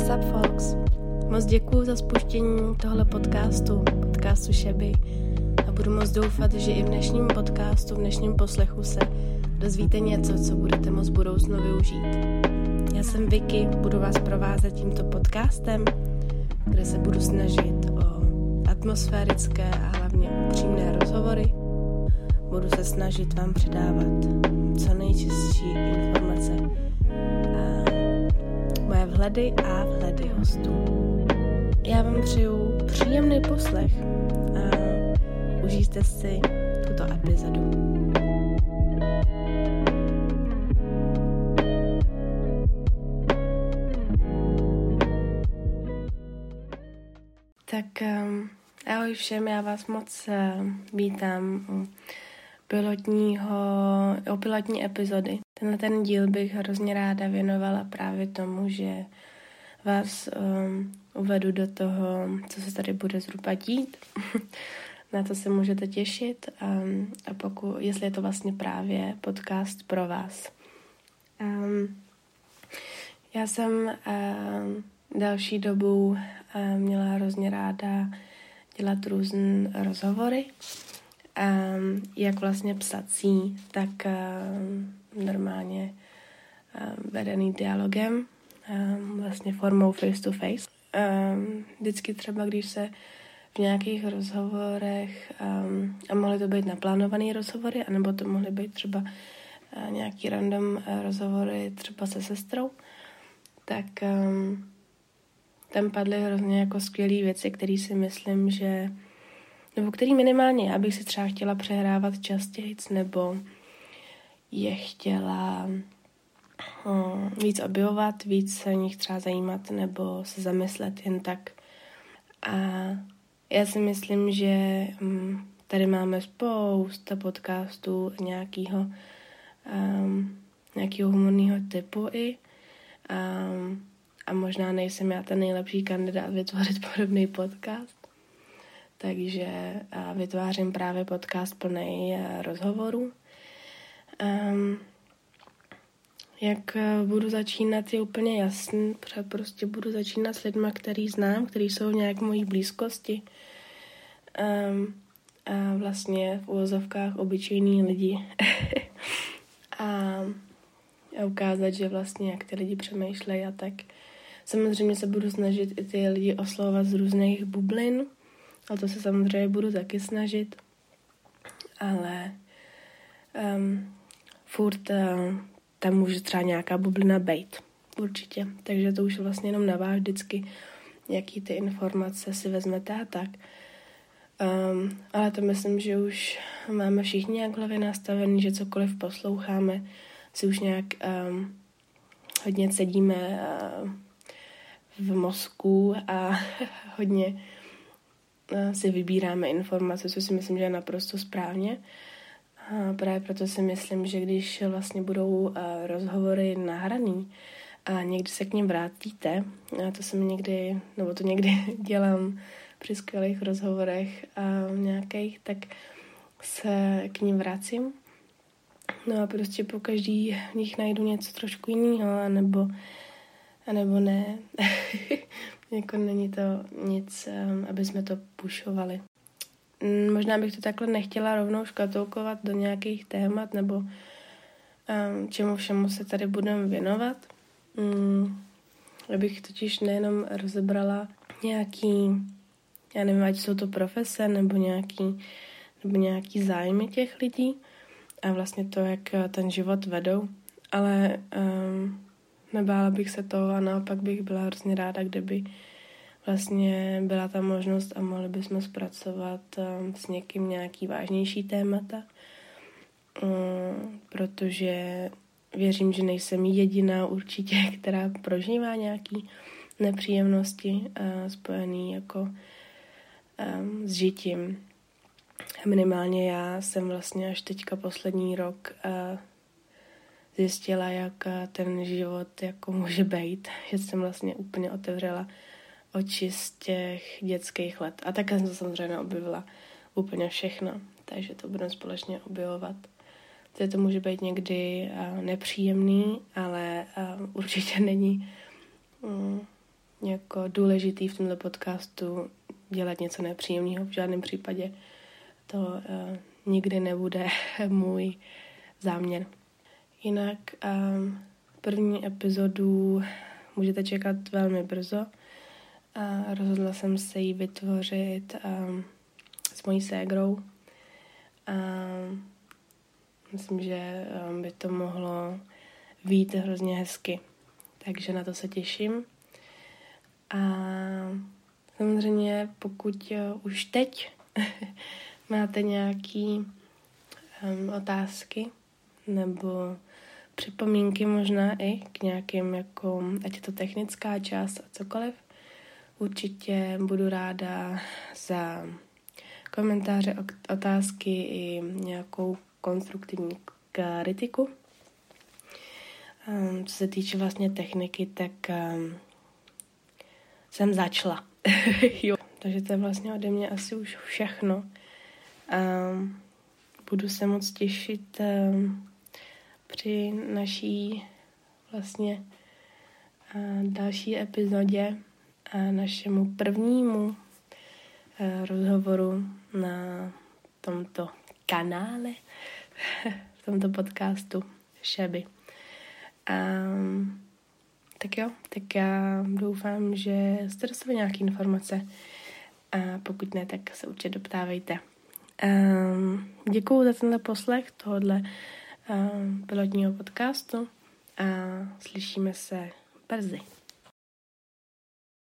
What's up, folks? Moc děkuju za spuštění tohle podcastu Šeby, a budu moc doufat, že i v dnešním podcastu, v dnešním poslechu se dozvíte něco, co budete moct v budoucnu využít. Já jsem Vicky, budu vás provázet tímto podcastem, kde se budu snažit o atmosférické a hlavně upřímné rozhovory. Budu se snažit vám předávat co nejčistší informace a moje vhledy a vhledy hostů. Já vám přeju příjemný poslech a užijte si tuto epizodu. Tak ahoj všem, já vás moc vítám u pilotní epizody. Ten díl bych hrozně ráda věnovala právě tomu, že vás uvedu do toho, co se tady bude zhruba dít. Na to se můžete těšit a jestli je to vlastně právě podcast pro vás. Já jsem další dobu měla hrozně ráda dělat různé rozhovory, jak vlastně psací, tak normálně vedený dialogem, vlastně formou face to face. Vždycky třeba, když se v nějakých rozhovorech, a mohly to být naplánované rozhovory, anebo to mohly být třeba nějaký random rozhovory třeba se sestrou, tak tam padly hrozně jako skvělé věci, které si myslím, že nebo který minimálně já bych si třeba chtěla přehrávat častěji, nebo je chtěla víc objevovat, víc se o nich třeba zajímat, nebo se zamyslet jen tak. A já si myslím, že tady máme spousta podcastů nějakého humorného typu i. A možná nejsem já ten nejlepší kandidát vytvořit podobný podcast. Takže vytvářím právě podcast plný rozhovorů. Jak budu začínat, je úplně jasný, protože prostě budu začínat s lidma, který znám, který jsou v nějaké mojí blízkosti. A vlastně v uvozovkách obyčejní lidi. a ukázat, že vlastně jak ty lidi přemýšlejí a tak. Samozřejmě se budu snažit i ty lidi oslovovat z různých bublin, a to se samozřejmě budu taky snažit, ale furt tam může třeba nějaká bublina bejt, určitě. Takže to už je vlastně jenom na vás vždycky, jaký ty informace si vezmete a tak. Ale to myslím, že už máme všichni nějak hlavě nastavený, že cokoliv posloucháme, si už nějak hodně sedíme v mozku a hodně si vybíráme informace, což si myslím, že je naprosto správně. A právě proto si myslím, že když vlastně budou rozhovory nahraný a někdy se k ním vrátíte, a to jsem někdy dělám při skvělých rozhovorech nějakých, tak se k ním vracím. No a prostě po každý v nich najdu něco trošku jiného, anebo ne. Jako není to nic, aby jsme to pušovali. Možná bych to takhle nechtěla rovnou škatulkovat do nějakých témat, nebo čemu všemu se tady budeme věnovat. Abych totiž nejenom rozebrala nějaký, já nevím, ať jsou to profese, nebo nějaký zájmy těch lidí a vlastně to, jak ten život vedou, ale nebála bych se toho a naopak bych byla hrozně ráda, kdyby vlastně byla ta možnost a mohli bychom zpracovat s někým nějaký vážnější témata, protože věřím, že nejsem jediná určitě, která prožívá nějaký nepříjemnosti spojený jako s žitím. Minimálně já jsem vlastně až teďka poslední rok zjistila, jak ten život jako může být, že jsem vlastně úplně otevřela oči z těch dětských let. A také jsem to samozřejmě objevila úplně všechno, takže to budeme společně objevovat. To může být někdy nepříjemný, ale určitě není jako důležitý v tomto podcastu dělat něco nepříjemného v žádném případě. To nikdy nebude můj záměr. Jinak první epizodu můžete čekat velmi brzo. Rozhodla jsem se ji vytvořit s mojí ségrou. Myslím, že by to mohlo vyjít hrozně hezky. Takže na to se těším. A samozřejmě, pokud už teď máte nějaké otázky nebo připomínky možná i k nějakým, jako, ať je to technická část a cokoliv, určitě budu ráda za komentáře, otázky i nějakou konstruktivní kritiku. Co se týče vlastně techniky, tak jsem začala. Jo. Takže to je vlastně ode mě asi už všechno. Budu se moc těšit při naší vlastně další epizodě a našemu prvnímu rozhovoru na tomto kanále, v tomto podcastu Shabby. Tak jo, tak já doufám, že jste dostali nějaké informace a pokud ne, tak se určitě doptávejte. Děkuju za tenhle poslech tohohle pilotního podcastu a slyšíme se brzy.